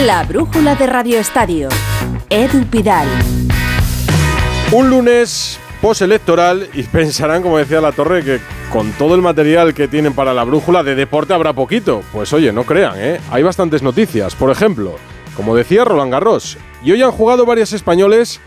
La brújula de Radio Estadio. Edu Pidal. Un lunes postelectoral y pensarán, como decía La Torre, que con todo el material que tienen para la brújula de deporte habrá poquito. Pues oye, no crean, hay bastantes noticias. Por ejemplo, como decía, Roland Garros. Y hoy han jugado varios españoles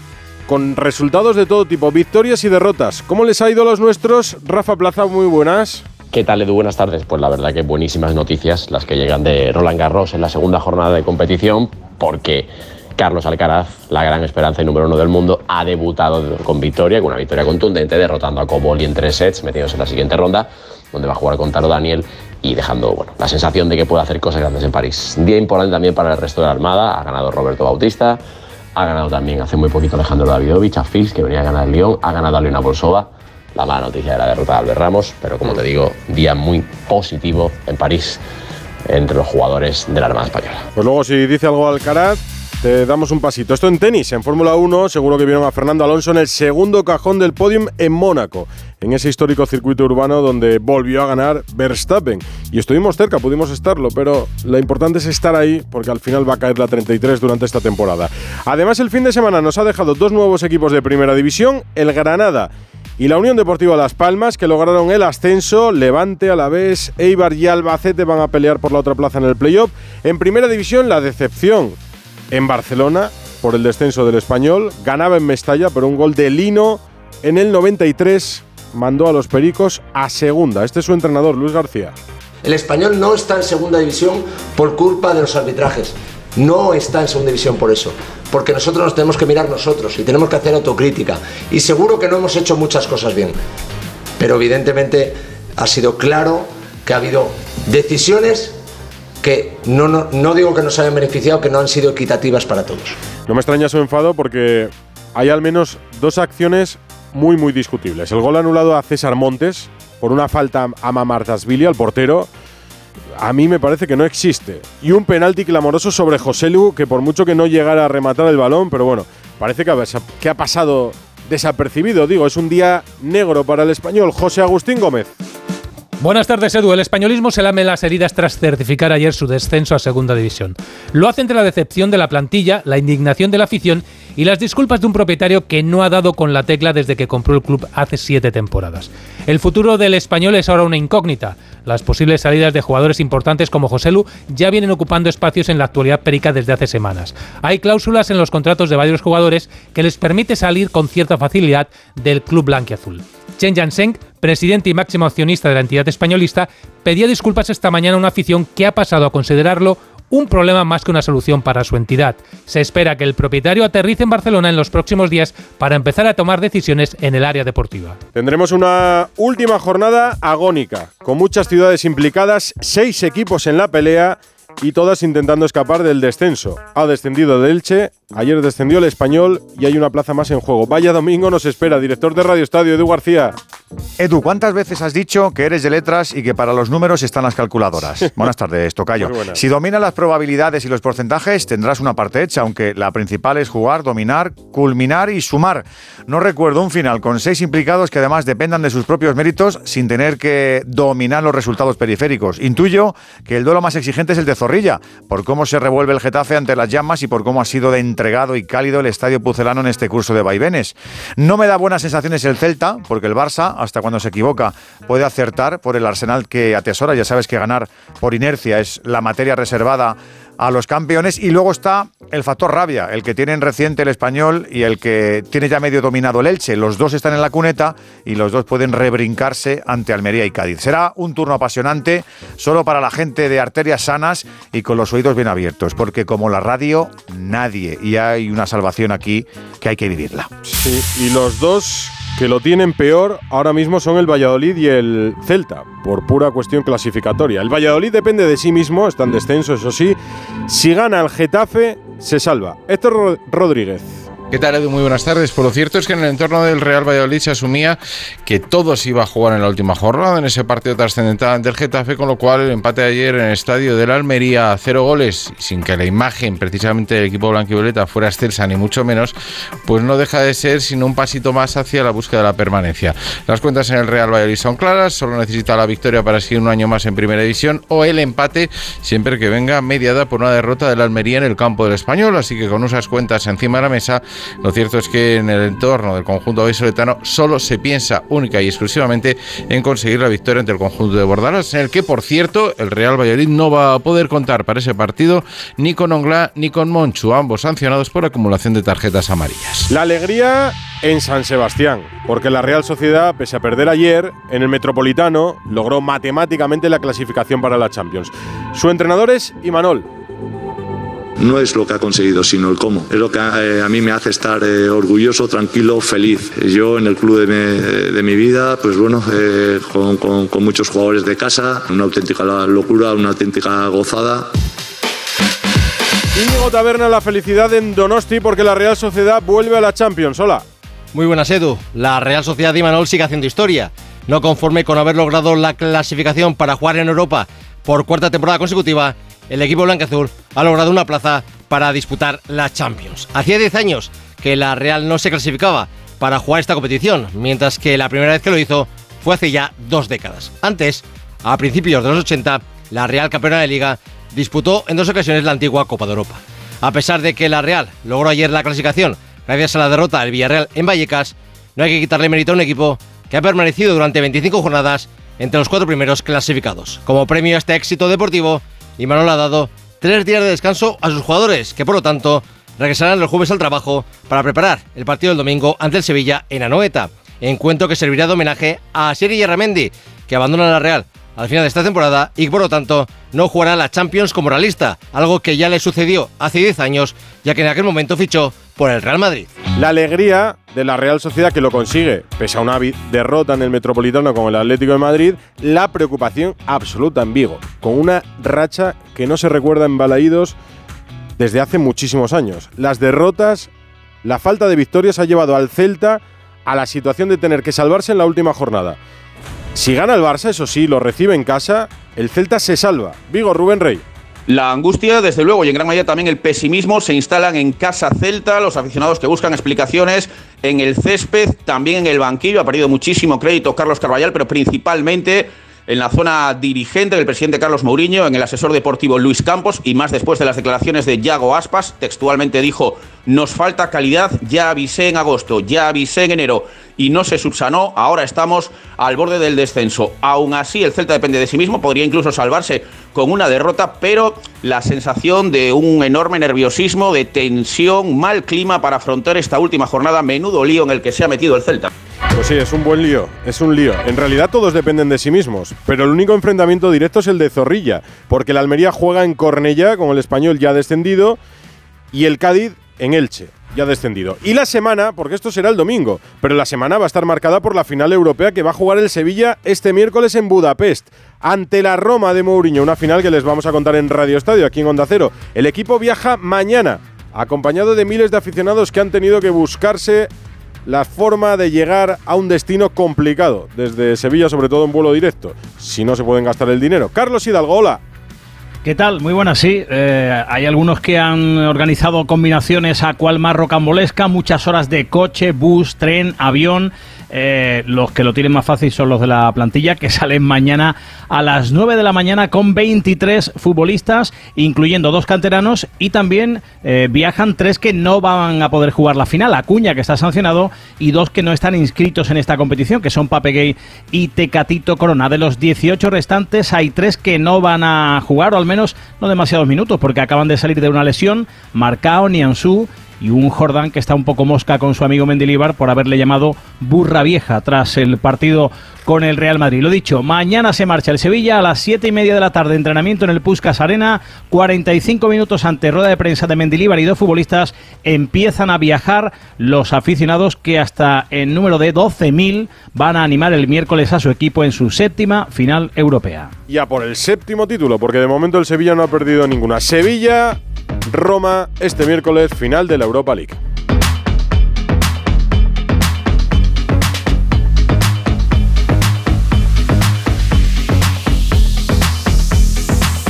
con resultados de todo tipo, victorias y derrotas. ¿Cómo les ha ido a los nuestros? Rafa Plaza, muy buenas. ¿Qué tal, Edu? Buenas tardes. Pues la verdad que buenísimas noticias las que llegan de Roland Garros en la segunda jornada de competición, porque Carlos Alcaraz, la gran esperanza y número 1 del mundo, ha debutado con victoria, con una victoria contundente, derrotando a Cobolli en 3 sets, metiéndose en la siguiente ronda, donde va a jugar con Taro Daniel y dejando la sensación de que puede hacer cosas grandes en París. Un día importante también para el resto de la Armada. Ha ganado Roberto Bautista, ha ganado también hace muy poquito Alejandro Davidovich, a Fils, que venía a ganar Lyon, ha ganado a Leona Bolsova. La mala noticia era la derrota de Albert Ramos, pero como te digo, día muy positivo en París entre los jugadores de la Armada Española. Pues luego, si dice algo Alcaraz, te damos un pasito. Esto en tenis, en Fórmula 1, seguro que vieron a Fernando Alonso en el segundo cajón del podium en Mónaco, en ese histórico circuito urbano donde volvió a ganar Verstappen. Y estuvimos cerca, pudimos estarlo, pero lo importante es estar ahí, porque al final va a caer la 33 durante esta temporada. Además, el fin de semana nos ha dejado 2 nuevos equipos de Primera División, el Granada y la Unión Deportiva Las Palmas, que lograron el ascenso. Levante, Alavés, Eibar y Albacete van a pelear por la otra plaza en el playoff. En Primera División, la decepción en Barcelona por el descenso del Español. Ganaba en Mestalla, pero un gol de Lino en el 93 mandó a los Pericos a segunda. Este es su entrenador, Luis García. El Español no está en segunda división por culpa de los arbitrajes. No está en segunda división por eso. Porque nosotros nos tenemos que mirar nosotros y tenemos que hacer autocrítica. Y seguro que no hemos hecho muchas cosas bien. Pero evidentemente ha sido claro que ha habido decisiones que no digo que nos hayan beneficiado, que no han sido equitativas para todos. No me extraña su enfado porque hay al menos 2 acciones muy, muy discutibles. El gol anulado a César Montes por una falta a Mamardashvili, al portero, a mí me parece que no existe. Y un penalti clamoroso sobre Joselu, que por mucho que no llegara a rematar el balón, pero bueno, parece que ha pasado desapercibido. Digo, es un día negro para el Español. José Agustín Gómez. Buenas tardes, Edu. El españolismo se lame las heridas tras certificar ayer su descenso a Segunda División. Lo hace entre la decepción de la plantilla, la indignación de la afición y las disculpas de un propietario que no ha dado con la tecla desde que compró el club hace 7 temporadas. El futuro del Español es ahora una incógnita. Las posibles salidas de jugadores importantes como Joselu ya vienen ocupando espacios en la actualidad perica desde hace semanas. Hay cláusulas en los contratos de varios jugadores que les permite salir con cierta facilidad del club blanquiazul. Chen Jiansheng, presidente y máximo accionista de la entidad españolista, pedía disculpas esta mañana a una afición que ha pasado a considerarlo un problema más que una solución para su entidad. Se espera que el propietario aterrice en Barcelona en los próximos días para empezar a tomar decisiones en el área deportiva. Tendremos una última jornada agónica, con muchas ciudades implicadas, 6 equipos en la pelea y todas intentando escapar del descenso. Ha descendido el Elche, ayer descendió el Español y hay una plaza más en juego. Vaya domingo nos espera. Director de Radio Estadio, Edu García. Edu, ¿cuántas veces has dicho que eres de letras y que para los números están las calculadoras? Buenas tardes, tocayo. Si dominas las probabilidades y los porcentajes, tendrás una parte hecha, aunque la principal es jugar, dominar, culminar y sumar. No recuerdo un final con 6 implicados que además dependan de sus propios méritos sin tener que dominar los resultados periféricos. Intuyo que el duelo más exigente es el de Zorrilla, por cómo se revuelve el Getafe ante las llamas y por cómo ha sido de entregado y cálido el estadio pucelano en este curso de vaivenes. No me da buenas sensaciones el Celta, porque el Barça, hasta cuando se equivoca, puede acertar por el arsenal que atesora. Ya sabes que ganar por inercia es la materia reservada a los campeones. Y luego está el factor rabia, el que tienen reciente el Español y el que tiene ya medio dominado el Elche. Los dos están en la cuneta y los dos pueden rebrincarse ante Almería y Cádiz. Será un turno apasionante solo para la gente de arterias sanas y con los oídos bien abiertos, porque como la radio, nadie. Y hay una salvación aquí que hay que vivirla. Sí, y los dos que lo tienen peor ahora mismo son el Valladolid y el Celta, por pura cuestión clasificatoria. El Valladolid depende de sí mismo, está en descenso, eso sí. Si gana el Getafe, se salva. Héctor Rodríguez. ¿Qué tal, Edu? Muy buenas tardes. Por lo cierto es que en el entorno del Real Valladolid se asumía que todo se iba a jugar en la última jornada, en ese partido trascendental ante el Getafe, con lo cual el empate de ayer en el estadio de la Almería a 0 goles, sin que la imagen precisamente del equipo blanquivioleta fuera excelsa ni mucho menos, pues no deja de ser sino un pasito más hacia la búsqueda de la permanencia. Las cuentas en el Real Valladolid son claras, solo necesita la victoria para seguir un año más en Primera División o el empate siempre que venga mediada por una derrota de la Almería en el campo del Español, así que con esas cuentas encima de la mesa, lo cierto es que en el entorno del conjunto vallisoletano solo se piensa única y exclusivamente en conseguir la victoria ante el conjunto de Bordalás, en el que, por cierto, el Real Valladolid no va a poder contar para ese partido ni con Onglá ni con Monchu, ambos sancionados por acumulación de tarjetas amarillas. La alegría en San Sebastián, porque la Real Sociedad, pese a perder ayer, en el Metropolitano logró matemáticamente la clasificación para la Champions. Su entrenador es Imanol. No es lo que ha conseguido, sino el cómo. Es lo que a mí me hace estar orgulloso, tranquilo, feliz. Yo en el club de mi vida, pues bueno, con muchos jugadores de casa, una auténtica locura, una auténtica gozada. Íñigo Taberna, la felicidad en Donosti porque la Real Sociedad vuelve a la Champions. Hola. Muy buenas, Edu. La Real Sociedad de Imanol sigue haciendo historia. No conforme con haber logrado la clasificación para jugar en Europa por cuarta temporada consecutiva, el equipo blanquiazul ha logrado una plaza para disputar la Champions. Hacía 10 años que la Real no se clasificaba para jugar esta competición, mientras que la primera vez que lo hizo fue hace ya 2 décadas. Antes, a principios de los 80, la Real, campeona de Liga, disputó en 2 ocasiones la antigua Copa de Europa. A pesar de que la Real logró ayer la clasificación gracias a la derrota del Villarreal en Vallecas, no hay que quitarle mérito a un equipo que ha permanecido durante 25 jornadas entre los 4 primeros clasificados. Como premio a este éxito deportivo, Imanol ha dado 3 días de descanso a sus jugadores, que por lo tanto regresarán el jueves al trabajo para preparar el partido del domingo ante el Sevilla en Anoeta, encuentro que servirá de homenaje a Asier Illarramendi, que abandona la Real al final de esta temporada y por lo tanto no jugará la Champions como realista, algo que ya le sucedió hace 10 años, ya que en aquel momento fichó por el Real Madrid. La alegría de la Real Sociedad, que lo consigue pese a una derrota en el Metropolitano con el Atlético de Madrid, la preocupación absoluta en Vigo, con una racha que no se recuerda en Balaídos desde hace muchísimos años. Las derrotas, la falta de victorias ha llevado al Celta a la situación de tener que salvarse en la última jornada. Si gana el Barça, eso sí, lo recibe en casa, el Celta se salva. Vigo, Rubén Rey. La angustia, desde luego, y en gran medida también el pesimismo se instalan en casa Celta, los aficionados que buscan explicaciones en el césped, también en el banquillo. Ha perdido muchísimo crédito Carlos Carvallal, pero principalmente en la zona dirigente del presidente Carlos Mourinho, en el asesor deportivo Luis Campos, y más después de las declaraciones de Yago Aspas. Textualmente dijo: nos falta calidad, ya avisé en agosto, ya avisé en enero y no se subsanó, ahora estamos al borde del descenso. Aún así, el Celta depende de sí mismo, podría incluso salvarse con una derrota, pero la sensación de un enorme nerviosismo, de tensión, mal clima para afrontar esta última jornada, menudo lío en el que se ha metido el Celta. Pues sí, es un buen lío, es un lío. En realidad todos dependen de sí mismos, pero el único enfrentamiento directo es el de Zorrilla, porque el Almería juega en Cornellá con el Español ya descendido y el Cádiz en Elche, ya descendido. Y la semana, porque esto será el domingo, pero la semana va a estar marcada por la final europea que va a jugar el Sevilla este miércoles en Budapest, ante la Roma de Mourinho, una final que les vamos a contar en Radio Estadio, aquí en Onda Cero. El equipo viaja mañana, acompañado de miles de aficionados que han tenido que buscarse la forma de llegar a un destino complicado, desde Sevilla, sobre todo en vuelo directo, si no se pueden gastar el dinero. Carlos Hidalgo, hola. ¿Qué tal? Muy buenas, sí. Hay algunos que han organizado combinaciones a cual más rocambolesca, muchas horas de coche, bus, tren, avión. Los que lo tienen más fácil son los de la plantilla, que salen mañana a las 9 de la mañana con 23 futbolistas, incluyendo 2 canteranos, y también viajan 3 que no van a poder jugar la final: Acuña, que está sancionado, y 2 que no están inscritos en esta competición, que son Pape Gay y Tecatito Corona. De los 18 restantes hay 3 que no van a jugar, o al menos no demasiados minutos, porque acaban de salir de una lesión: Marcao, Nianzú y un Jordán que está un poco mosca con su amigo Mendilibar por haberle llamado burra vieja tras el partido con el Real Madrid. Lo dicho, mañana se marcha el Sevilla a las 7:30 de la tarde, entrenamiento en el Puskás Arena, 45 minutos ante rueda de prensa de Mendilibar y 2 futbolistas. Empiezan a viajar los aficionados, que hasta en número de 12.000 van a animar el miércoles a su equipo en su 7ª final europea. Y a por el 7º título, porque de momento el Sevilla no ha perdido ninguna. Sevilla, Roma, este miércoles, final de la Europa League.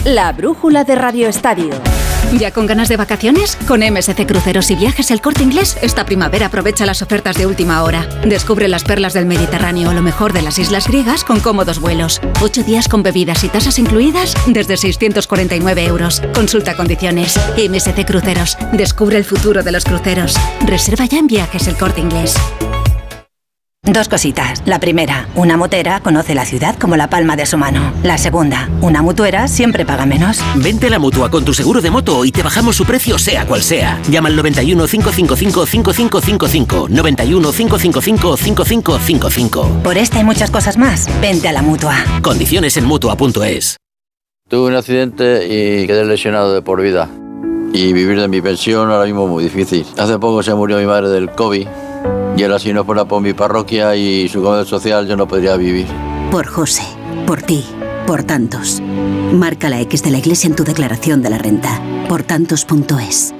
La brújula de Radio Estadio. ¿Ya con ganas de vacaciones? Con MSC Cruceros y Viajes El Corte Inglés, esta primavera aprovecha las ofertas de última hora. Descubre las perlas del Mediterráneo o lo mejor de las islas griegas con cómodos vuelos. 8 días con bebidas y tasas incluidas desde 649 €. Consulta condiciones. MSC Cruceros. Descubre el futuro de los cruceros. Reserva ya en Viajes El Corte Inglés. Dos cositas. La primera, una motera conoce la ciudad como la palma de su mano. La segunda, una mutuera siempre paga menos. Vente a la Mutua con tu seguro de moto y te bajamos su precio sea cual sea. Llama al 91 555 5555. 91 555 5555. Por esta y muchas cosas más, vente a la Mutua. Condiciones en Mutua.es. Tuve un accidente y quedé lesionado de por vida. Y vivir de mi pensión ahora mismo es muy difícil. Hace poco se murió mi madre del COVID. Y ahora si no fuera por mi parroquia y su comedor social yo no podría vivir. Por José, por ti, por tantos. Marca la X de la Iglesia en tu declaración de la renta. Portantos.es.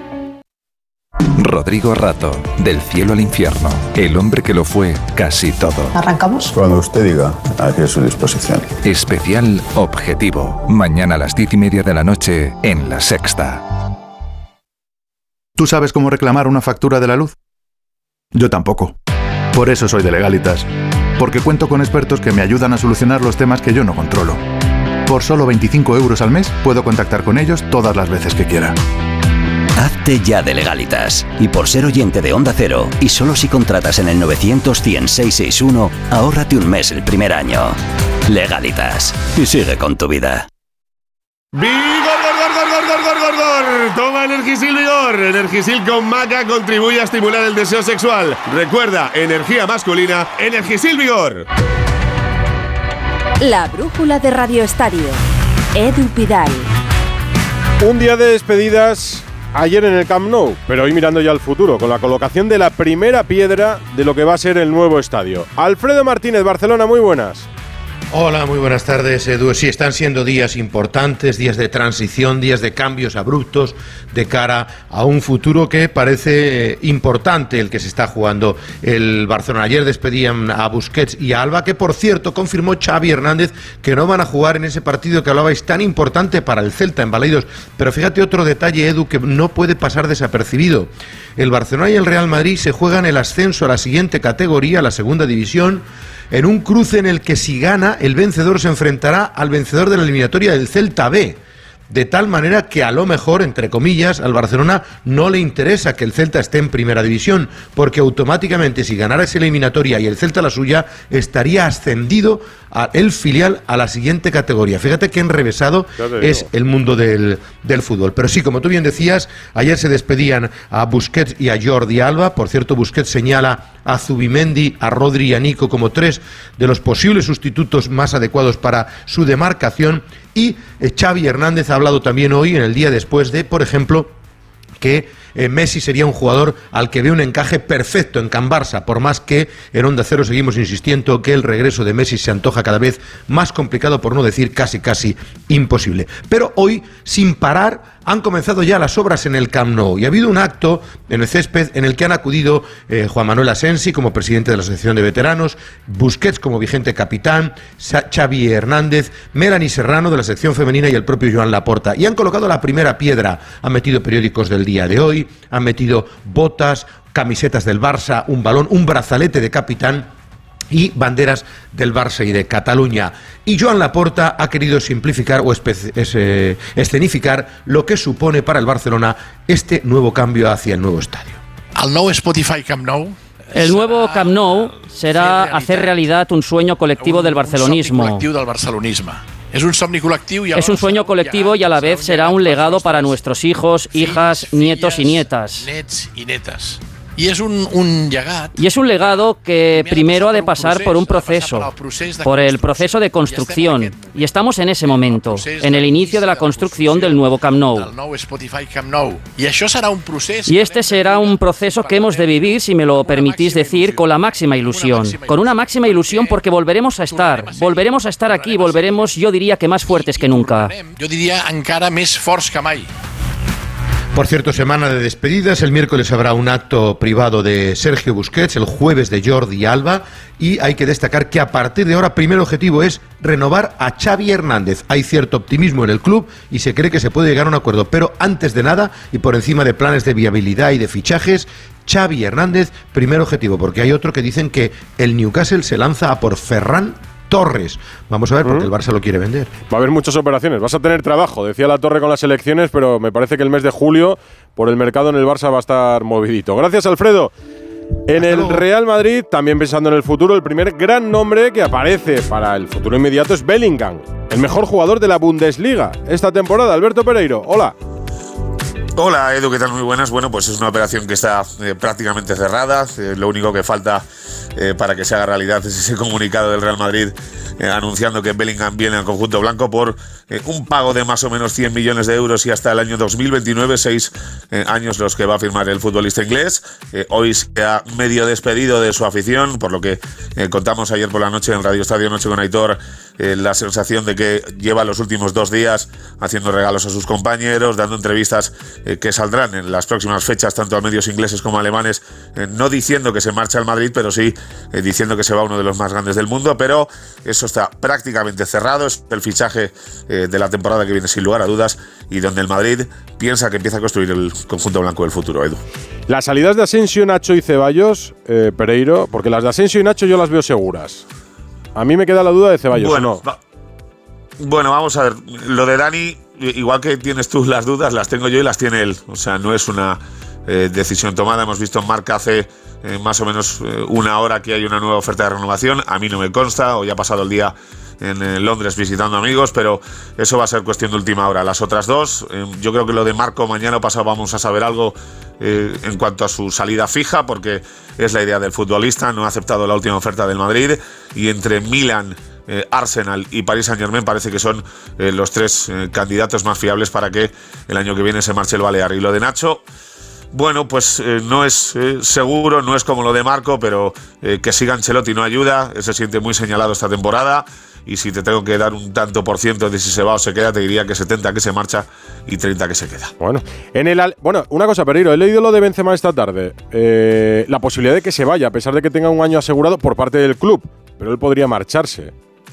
Rodrigo Rato, del cielo al infierno. El hombre que lo fue casi todo. ¿Arrancamos? Cuando usted diga, aquí a su disposición. Especial Objetivo. Mañana a las 10:30 de la noche en La Sexta. ¿Tú sabes cómo reclamar una factura de la luz? Yo tampoco. Por eso soy de Legalitas. Porque cuento con expertos que me ayudan a solucionar los temas que yo no controlo. Por solo 25 € al mes puedo contactar con ellos todas las veces que quiera. Hazte ya de Legalitas. Y por ser oyente de Onda Cero, y solo si contratas en el 900-100-661, ahórrate un mes el primer año. Legalitas. Y sigue con tu vida. ¡Vigor! Toma Energisil Vigor. Energisil con maca contribuye a estimular el deseo sexual. Recuerda, energía masculina, Energisil Vigor. La brújula de Radio Estadio. Edu Pidal. Un día de despedidas ayer en el Camp Nou, pero hoy mirando ya al futuro, con la colocación de la primera piedra de lo que va a ser el nuevo estadio. Alfredo Martínez, Barcelona, muy buenas. Hola, muy buenas tardes, Edu. Sí, están siendo días importantes, días de transición, días de cambios abruptos de cara a un futuro que parece importante el que se está jugando el Barcelona. Ayer despedían a Busquets y a Alba, que por cierto confirmó Xavi Hernández que no van a jugar en ese partido que hablabais tan importante para el Celta en Balaidos. Pero fíjate otro detalle, Edu, que no puede pasar desapercibido. El Barcelona y el Real Madrid se juegan el ascenso a la siguiente categoría, la segunda división, en un cruce en el que si gana, el vencedor se enfrentará al vencedor de la eliminatoria del Celta B. De tal manera que a lo mejor, entre comillas, al Barcelona no le interesa que el Celta esté en primera división, porque automáticamente si ganara esa eliminatoria y el Celta la suya, estaría ascendido el filial a la siguiente categoría. Fíjate qué enrevesado es el mundo del fútbol. Pero sí, como tú bien decías, ayer se despedían a Busquets y a Jordi Alba. Por cierto, Busquets señala a Zubimendi, a Rodri y a Nico como 3 de los posibles sustitutos más adecuados para su demarcación. Y Xavi Hernández ha hablado también hoy, en el día después de, por ejemplo, que Messi sería un jugador al que ve un encaje perfecto en Can Barça, por más que en Onda Cero seguimos insistiendo que el regreso de Messi se antoja cada vez más complicado, por no decir casi imposible. Pero hoy, sin parar, han comenzado ya las obras en el Camp Nou y ha habido un acto en el césped en el que han acudido Juan Manuel Asensi como presidente de la Asociación de Veteranos, Busquets como vigente capitán, Xavi Hernández, Melanie Serrano de la sección femenina y el propio Joan Laporta. Y han colocado la primera piedra, han metido periódicos del día de hoy, han metido botas, camisetas del Barça, un balón, un brazalete de capitán y banderas del Barça y de Cataluña. Y Joan Laporta ha querido simplificar o escenificar lo que supone para el Barcelona este nuevo cambio hacia el nuevo estadio. El nou Spotify Camp Nou. El nuevo Camp Nou será hacer realidad un sueño colectivo del barcelonismo. Es un sueño colectivo y a la vez será un legado para nuestros hijos, hijas, nietos y nietas. Y es un legado que primero ha de pasar por un proceso, por el proceso de construcción. Y estamos en ese momento, en el inicio de la construcción del nuevo Camp Nou. Y este será un proceso que hemos de vivir, si me lo permitís decir, con la máxima ilusión. Con una máxima ilusión porque volveremos a estar aquí, volveremos, yo diría que más fuertes que nunca. Yo diría encara més forts que mai. Por cierto, semana de despedidas. El miércoles habrá un acto privado de Sergio Busquets, el jueves de Jordi Alba, y hay que destacar que a partir de ahora, primer objetivo es renovar a Xavi Hernández. Hay cierto optimismo en el club y se cree que se puede llegar a un acuerdo, pero antes de nada y por encima de planes de viabilidad y de fichajes, Xavi Hernández, primer objetivo, porque hay otro que dicen que el Newcastle se lanza a por Ferran Torres. Vamos a ver, porque el Barça lo quiere vender. Va a haber muchas operaciones. Vas a tener trabajo, decía la Torre con las elecciones, pero me parece que el mes de julio, por el mercado en el Barça, va a estar movidito. Gracias, Alfredo. En el Real Madrid, también pensando en el futuro, el primer gran nombre que aparece para el futuro inmediato es Bellingham, el mejor jugador de la Bundesliga esta temporada. Alberto Pereiro, hola. Hola Edu, ¿qué tal? Muy buenas. Bueno, pues es una operación que está prácticamente cerrada. Lo único que falta para que se haga realidad es ese comunicado del Real Madrid anunciando que Bellingham viene al conjunto blanco por un pago de más o menos 100 millones de euros y hasta el año 2029, 6 años los que va a firmar el futbolista inglés. Hoy se ha medio despedido de su afición, por lo que contamos ayer por la noche en Radio Estadio Noche con Aitor, la sensación de que lleva los últimos 2 días haciendo regalos a sus compañeros, dando entrevistas que saldrán en las próximas fechas tanto a medios ingleses como alemanes, no diciendo que se marcha al Madrid, pero sí diciendo que se va uno de los más grandes del mundo. Pero eso está prácticamente cerrado, es el fichaje de la temporada que viene sin lugar a dudas y donde el Madrid piensa que empieza a construir el conjunto blanco del futuro, Edu. Las salidas de Asensio, Nacho y Ceballos, Pereiro, porque las de Asensio y Nacho yo las veo seguras. A mí me queda la duda de Ceballos, bueno, ¿no? Bueno, vamos a ver. Lo de Dani, igual que tienes tú las dudas, las tengo yo y las tiene él. O sea, no es una decisión tomada. Hemos visto en Marca hace más o menos una hora que hay una nueva oferta de renovación. A mí no me consta, hoy ha pasado el día en Londres visitando amigos, pero eso va a ser cuestión de última hora. Las otras dos, yo creo que lo de Marco mañana o pasado vamos a saber algo en cuanto a su salida fija, porque es la idea del futbolista. No ha aceptado la última oferta del Madrid y entre Milan, Arsenal y Paris Saint-Germain parece que son los 3 candidatos más fiables para que el año que viene se marche el Balear. Y lo de Nacho, bueno, pues no es seguro, no es como lo de Marco, pero que siga Ancelotti no ayuda. Él se siente muy señalado esta temporada y si te tengo que dar un tanto por ciento de si se va o se queda, te diría que 70 que se marcha y 30 que se queda. Bueno, una cosa, Pereiro, he leído lo de Benzema esta tarde. La posibilidad de que se vaya, a pesar de que tenga un año asegurado por parte del club, pero él podría marcharse.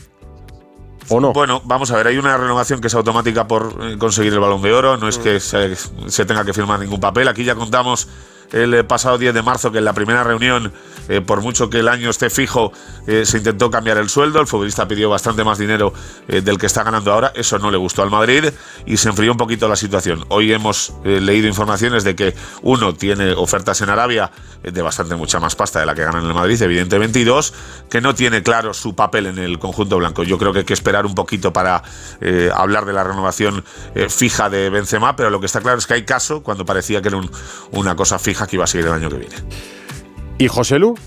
¿O no? Bueno, vamos a ver, hay una renovación que es automática por conseguir el Balón de Oro, no es que se tenga que firmar ningún papel. Aquí ya contamos el pasado 10 de marzo que en la primera reunión, por mucho que el año esté fijo, se intentó cambiar el sueldo. El futbolista pidió bastante más dinero del que está ganando ahora. Eso no le gustó al Madrid y se enfrió un poquito la situación. Hoy hemos leído informaciones de que uno tiene ofertas en Arabia de bastante mucha más pasta de la que gana en el Madrid, evidentemente, y dos, que no tiene claro su papel en el conjunto blanco. Yo creo que hay que esperar un poquito para hablar de la renovación fija de Benzema, pero lo que está claro es que hay caso cuando parecía que era una cosa fija que iba a seguir el año que viene. ¿Y Joselu?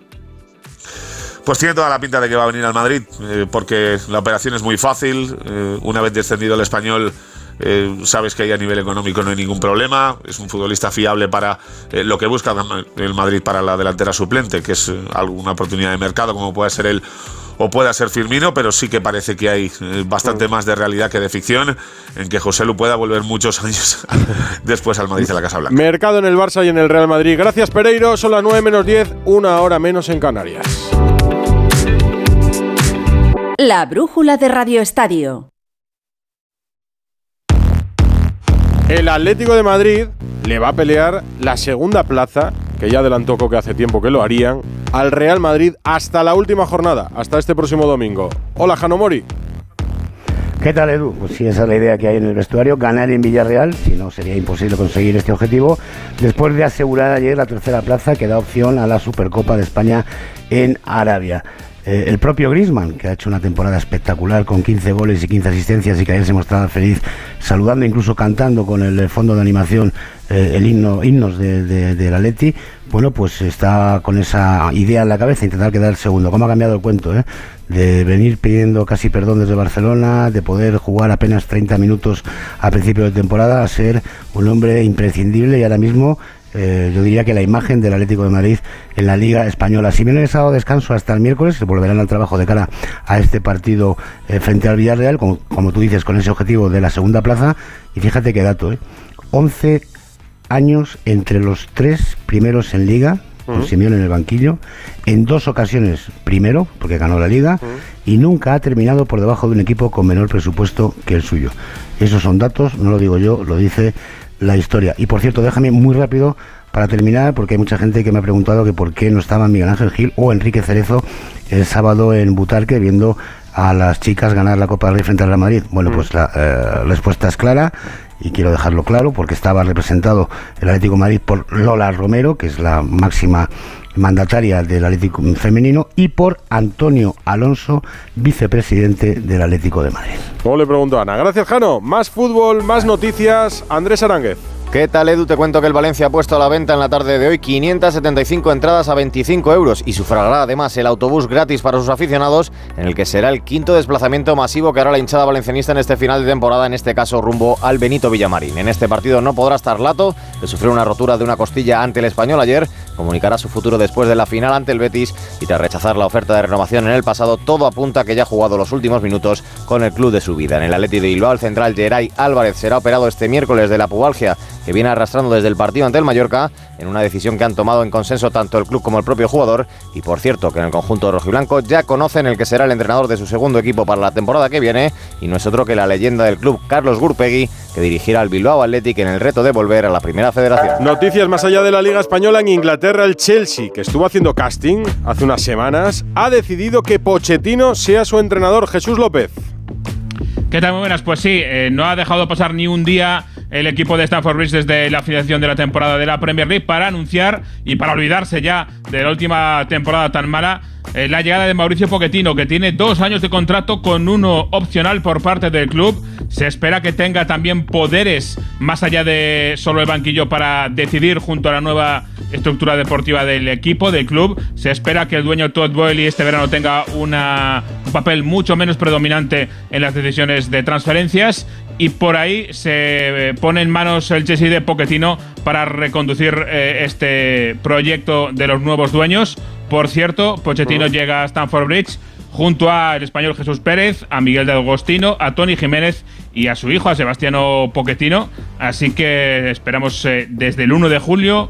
Pues tiene toda la pinta de que va a venir al Madrid, porque la operación es muy fácil. Una vez descendido el Español, sabes que ahí a nivel económico no hay ningún problema. Es un futbolista fiable para lo que busca el Madrid para la delantera suplente, que es alguna oportunidad de mercado, como puede ser él o pueda ser Firmino, pero sí que parece que hay bastante más de realidad que de ficción en que Joselu pueda volver muchos años después al Madrid de la Casa Blanca. Mercado en el Barça y en el Real Madrid. Gracias, Pereiro. Son las 9 menos 10, una hora menos en Canarias. La brújula de Radio Estadio. El Atlético de Madrid le va a pelear la segunda plaza, que ya adelantó Coque hace tiempo que lo harían, al Real Madrid hasta la última jornada, hasta este próximo domingo. Hola, Jano Mori. ¿Qué tal, Edu? Pues sí, esa es la idea que hay en el vestuario, ganar en Villarreal, si no sería imposible conseguir este objetivo, después de asegurar ayer la tercera plaza que da opción a la Supercopa de España en Arabia. El propio Griezmann, que ha hecho una temporada espectacular con 15 goles y 15 asistencias y que ayer se mostraba feliz, saludando, incluso cantando con el fondo de animación himnos del Atleti, bueno, pues está con esa idea en la cabeza, intentar quedar el segundo. ¿Cómo ha cambiado el cuento, de venir pidiendo casi perdón desde Barcelona, de poder jugar apenas 30 minutos a principio de temporada, a ser un hombre imprescindible y ahora mismo yo diría que la imagen del Atlético de Madrid en la Liga Española? Si bien el sábado descanso hasta el miércoles, se volverán al trabajo de cara a este partido frente al Villarreal, como tú dices, con ese objetivo de la segunda plaza. Y fíjate qué dato, 11 años entre los 3 primeros en Liga, con Simeone en el banquillo, en 2 ocasiones primero, porque ganó la Liga, y nunca ha terminado por debajo de un equipo con menor presupuesto que el suyo. Esos son datos, no lo digo yo, lo dice la historia. Y por cierto, déjame muy rápido para terminar, porque hay mucha gente que me ha preguntado que por qué no estaban Miguel Ángel Gil o Enrique Cerezo el sábado en Butarque viendo a las chicas ganar la Copa del Rey frente al Real Madrid. Bueno, pues la respuesta es clara, y quiero dejarlo claro, porque estaba representado el Atlético de Madrid por Lola Romero, que es la máxima mandataria del Atlético femenino, y por Antonio Alonso, vicepresidente del Atlético de Madrid. Como le pregunto a Ana. Gracias, Jano. Más fútbol, más noticias. Andrés Aránguez. ¿Qué tal, Edu? Te cuento que el Valencia ha puesto a la venta en la tarde de hoy 575 entradas a 25 euros y sufragará además el autobús gratis para sus aficionados, en el que será el 5º desplazamiento masivo que hará la hinchada valencianista en este final de temporada, en este caso rumbo al Benito Villamarín. En este partido no podrá estar Lato, que sufrió una rotura de una costilla ante el Español ayer, comunicará su futuro después de la final ante el Betis, y tras rechazar la oferta de renovación en el pasado, todo apunta a que ya ha jugado los últimos minutos con el club de su vida. En el Athletic de Bilbao, el central Geray Álvarez será operado este miércoles de la pubalgia que viene arrastrando desde el partido ante el Mallorca, en una decisión que han tomado en consenso tanto el club como el propio jugador. Y por cierto, que en el conjunto rojiblanco ya conocen el que será el entrenador de su segundo equipo para la temporada que viene, y no es otro que la leyenda del club, Carlos Gurpegui, que dirigirá al Bilbao Athletic en el reto de volver a la Primera Federación. Noticias más allá de la Liga Española. En Inglaterra, el Chelsea, que estuvo haciendo casting hace unas semanas, ha decidido que Pochettino sea su entrenador. Jesús López. ¿Qué tal? Muy buenas. Pues sí, no ha dejado pasar ni un día el equipo de Stamford Bridge desde la finalización de la temporada de la Premier League para anunciar y para olvidarse ya de la última temporada tan mala, la llegada de Mauricio Pochettino, que tiene 2 años de contrato con uno opcional por parte del club. Se espera que tenga también poderes más allá de solo el banquillo para decidir junto a la nueva estructura deportiva del equipo, del club. Se espera que el dueño Todd Boehly este verano tenga un papel mucho menos predominante en las decisiones de transferencias, y por ahí se pone en manos el Chelsea de Pochettino para reconducir este proyecto de los nuevos dueños. Por cierto, Pochettino llega a Stamford Bridge junto al español Jesús Pérez, a Miguel de Agostino, a Tony Jiménez y a su hijo, a Sebastiano Pochettino. Así que esperamos desde el 1 de julio,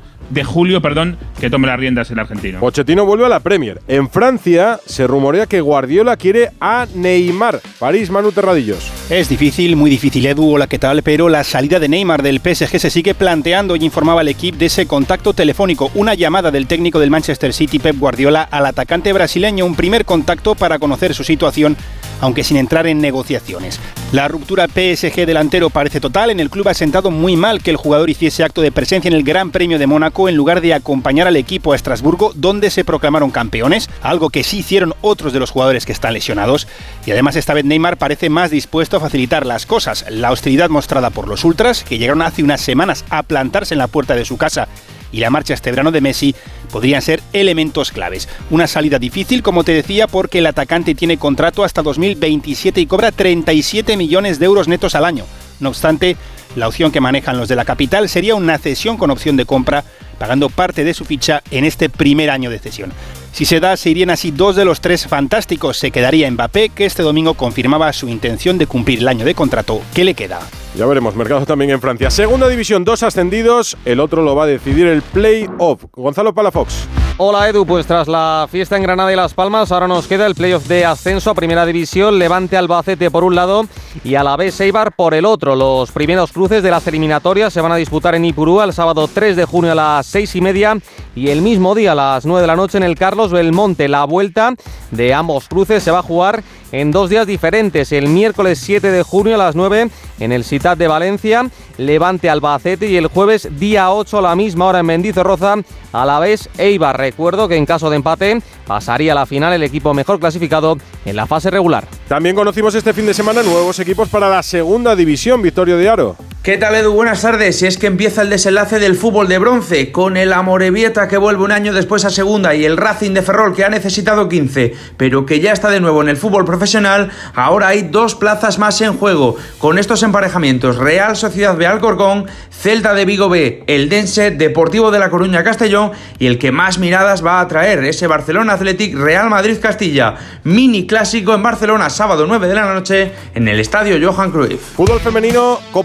que tome las riendas el argentino. Pochettino vuelve a la Premier. En Francia se rumorea que Guardiola quiere a Neymar. París, Manu Terradillos. Es difícil, muy difícil, Edu, hola, ¿qué tal? Pero la salida de Neymar del PSG se sigue planteando, y informaba el equipo de ese contacto telefónico, una llamada del técnico del Manchester City, Pep Guardiola, al atacante brasileño, un primer contacto para conocer su situación, aunque sin entrar en negociaciones. La ruptura PSG delantero parece total. En el club ha sentado muy mal que el jugador hiciese acto de presencia en el Gran Premio de Mónaco en lugar de acompañar al equipo a Estrasburgo, donde se proclamaron campeones, algo que sí hicieron otros de los jugadores que están lesionados. Y además esta vez Neymar parece más dispuesto a facilitar las cosas. La hostilidad mostrada por los ultras, que llegaron hace unas semanas a plantarse en la puerta de su casa, y la marcha este verano de Messi podrían ser elementos claves. Una salida difícil, como te decía, porque el atacante tiene contrato hasta 2027 y cobra 37 millones de euros netos al año. No obstante, la opción que manejan los de la capital sería una cesión con opción de compra, pagando parte de su ficha en este primer año de cesión. Si se da, se irían así 2 de los 3 fantásticos. Se quedaría Mbappé, que este domingo confirmaba su intención de cumplir el año de contrato que le queda. Ya veremos, mercado también en Francia. Segunda división, 2 ascendidos, el otro lo va a decidir el play-off. Gonzalo Palafox. Hola Edu, pues tras la fiesta en Granada y Las Palmas, ahora nos queda el playoff de ascenso a Primera División. Levante Albacete por un lado y Alavés Eibar por el otro. Los primeros cruces de las eliminatorias se van a disputar en Ipurúa el sábado 3 de junio a las 6:30 y el mismo día a las 9 de la noche en el Carlos Belmonte. La vuelta de ambos cruces se va a jugar en 2 días diferentes. El miércoles 7 de junio a las 9 en el Ciutat de Valencia, Levante Albacete, y el jueves día 8 a la misma hora en Mendizorroza, Alavés Eibar. Recuerdo que en caso de empate pasaría a la final el equipo mejor clasificado en la fase regular. También conocimos este fin de semana nuevos equipos para la segunda división. Victorio de Aro. ¿Qué tal, Edu? Buenas tardes. Y es que empieza el desenlace del fútbol de bronce, con el Amorebieta, que vuelve un año después a segunda, y el Racing de Ferrol, que ha necesitado 15, pero que ya está de nuevo en el fútbol profesional. Ahora hay 2 plazas más en juego, con estos emparejamientos: Real Sociedad B Alcorcón, Celta de Vigo B, Eldense, Deportivo de La Coruña Castellón, y el que más miradas va a atraer, ese Barcelona Athletic Real Madrid Castilla. Mini clásico en Barcelona, sábado 9 de la noche, en el estadio Johan Cruyff. Fútbol femenino, Copa de la Reina,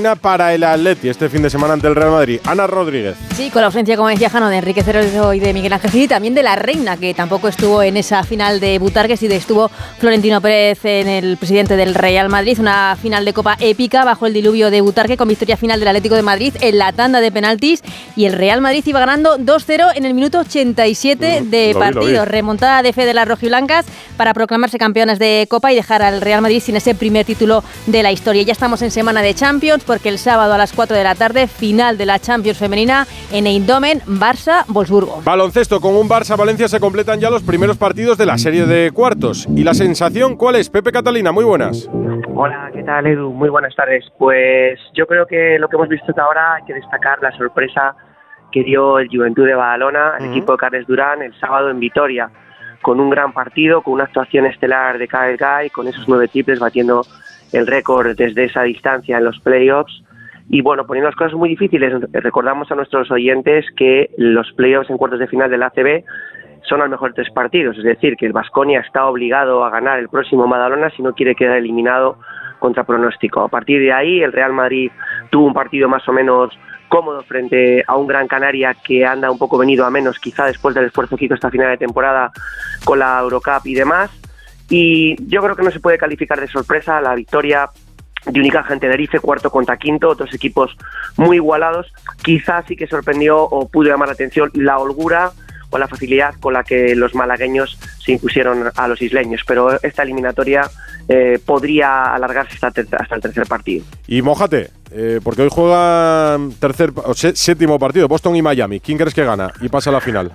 Catalina, para el Atleti este fin de semana ante el Real Madrid. Ana Rodríguez. Sí, con la ausencia, como decía Jano, de Enrique Cerezo y de Miguel Ángel Gil, y también de la Reina, que tampoco estuvo en esa final de Butarques, y estuvo Florentino Pérez, en el presidente del Real Madrid. Una final de Copa épica bajo el diluvio de Butarque, con victoria final del Atlético de Madrid en la tanda de penaltis, y el Real Madrid iba ganando 2-0 en el minuto 87 de partido. Remontada de fe de las rojiblancas para proclamarse campeonas de Copa y dejar al Real Madrid sin ese primer título de la historia. Ya estamos en semana de Champions, porque el sábado a las 4 de la tarde, final de la Champions femenina en Eindhoven, Barça-Wolfsburgo. Baloncesto, con un Barça-Valencia se completan ya los primeros partidos de la serie de cuartos. ¿Y la sensación cuál es? Pepe Catalina, muy buenas. Hola, ¿qué tal, Edu? Muy buenas tardes. Pues yo creo que lo que hemos visto hasta ahora hay que destacar la sorpresa que dio el Juventud de Badalona, el equipo de Carles Durán, el sábado en Vitoria, con un gran partido, con una actuación estelar de Kyle Guy, con esos 9 triples, batiendo el récord desde esa distancia en los playoffs. Y bueno, poniendo las cosas muy difíciles, recordamos a nuestros oyentes que los playoffs en cuartos de final del ACB son a los mejores 3 partidos, es decir, que el Baskonia está obligado a ganar el próximo Badalona si no quiere quedar eliminado contra pronóstico. A partir de ahí, el Real Madrid tuvo un partido más o menos cómodo frente a un Gran Canaria que anda un poco venido a menos, quizá después del esfuerzo que hizo esta final de temporada con la Eurocup y demás. Y yo creo que no se puede calificar de sorpresa la victoria de Unicaja en Tenerife, cuarto contra quinto, dos equipos muy igualados. Quizás sí que sorprendió o pudo llamar la atención la holgura o la facilidad con la que los malagueños se impusieron a los isleños, pero esta eliminatoria podría alargarse hasta el tercer partido. Y mójate, porque hoy juega séptimo partido, Boston y Miami. ¿Quién crees que gana y pasa a la final?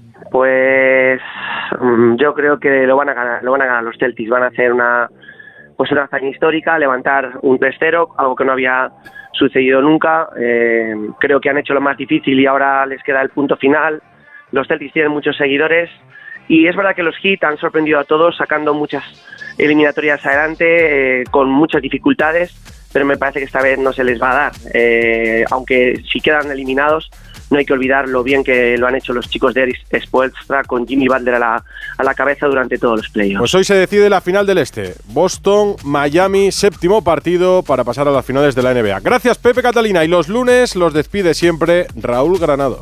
Pues yo creo que lo van a ganar los Celtics. Van a hacer una hazaña histórica, levantar un 3-0, algo que no había sucedido nunca. Creo que han hecho lo más difícil y ahora les queda el punto final. Los Celtics tienen muchos seguidores y es verdad que los Heat han sorprendido a todos sacando muchas eliminatorias adelante con muchas dificultades, pero me parece que esta vez no se les va a dar. Aunque si quedan eliminados, no hay que olvidar lo bien que lo han hecho los chicos de Erik Spoelstra con Jimmy Butler a la cabeza durante todos los playoffs. Pues hoy se decide la final del Este. Boston, Miami, séptimo partido para pasar a las finales de la NBA. Gracias, Pepe Catalina. Y los lunes los despide siempre Raúl Granado.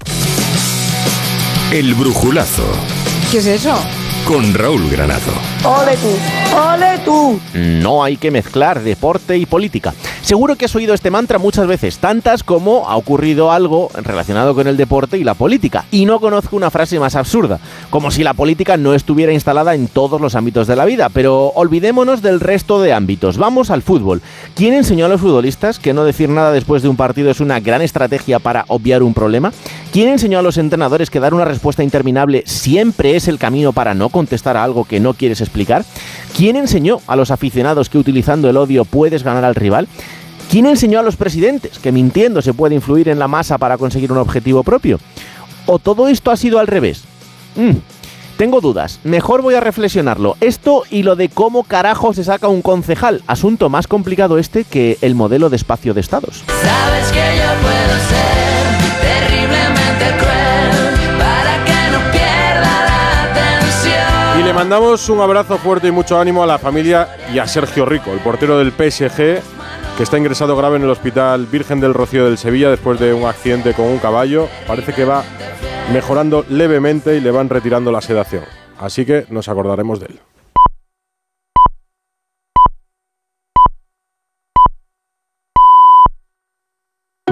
El brujulazo. ¿Qué es eso? Con Raúl Granado. ¡Ole tú! ¡Ole tú! No hay que mezclar deporte y política. Seguro que has oído este mantra muchas veces, tantas como ha ocurrido algo relacionado con el deporte y la política. Y no conozco una frase más absurda, como si la política no estuviera instalada en todos los ámbitos de la vida. Pero olvidémonos del resto de ámbitos. Vamos al fútbol. ¿Quién enseñó a los futbolistas que no decir nada después de un partido es una gran estrategia para obviar un problema? ¿Quién enseñó a los entrenadores que dar una respuesta interminable siempre es el camino para no contestar a algo que no quieres explicar? ¿Quién enseñó a los aficionados que utilizando el odio puedes ganar al rival? ¿Quién enseñó a los presidentes que mintiendo se puede influir en la masa para conseguir un objetivo propio? ¿O todo esto ha sido al revés? Tengo dudas. Mejor voy a reflexionarlo. Esto y lo de cómo carajo se saca un concejal. Asunto más complicado este que el modelo de espacio de estados. Sabes que yo puedo ser terriblemente cruel para que no pierda la atención. Y le mandamos un abrazo fuerte y mucho ánimo a la familia y a Sergio Rico, el portero del PSG, que está ingresado grave en el Hospital Virgen del Rocío del Sevilla después de un accidente con un caballo. Parece que va mejorando levemente y le van retirando la sedación. Así que nos acordaremos de él.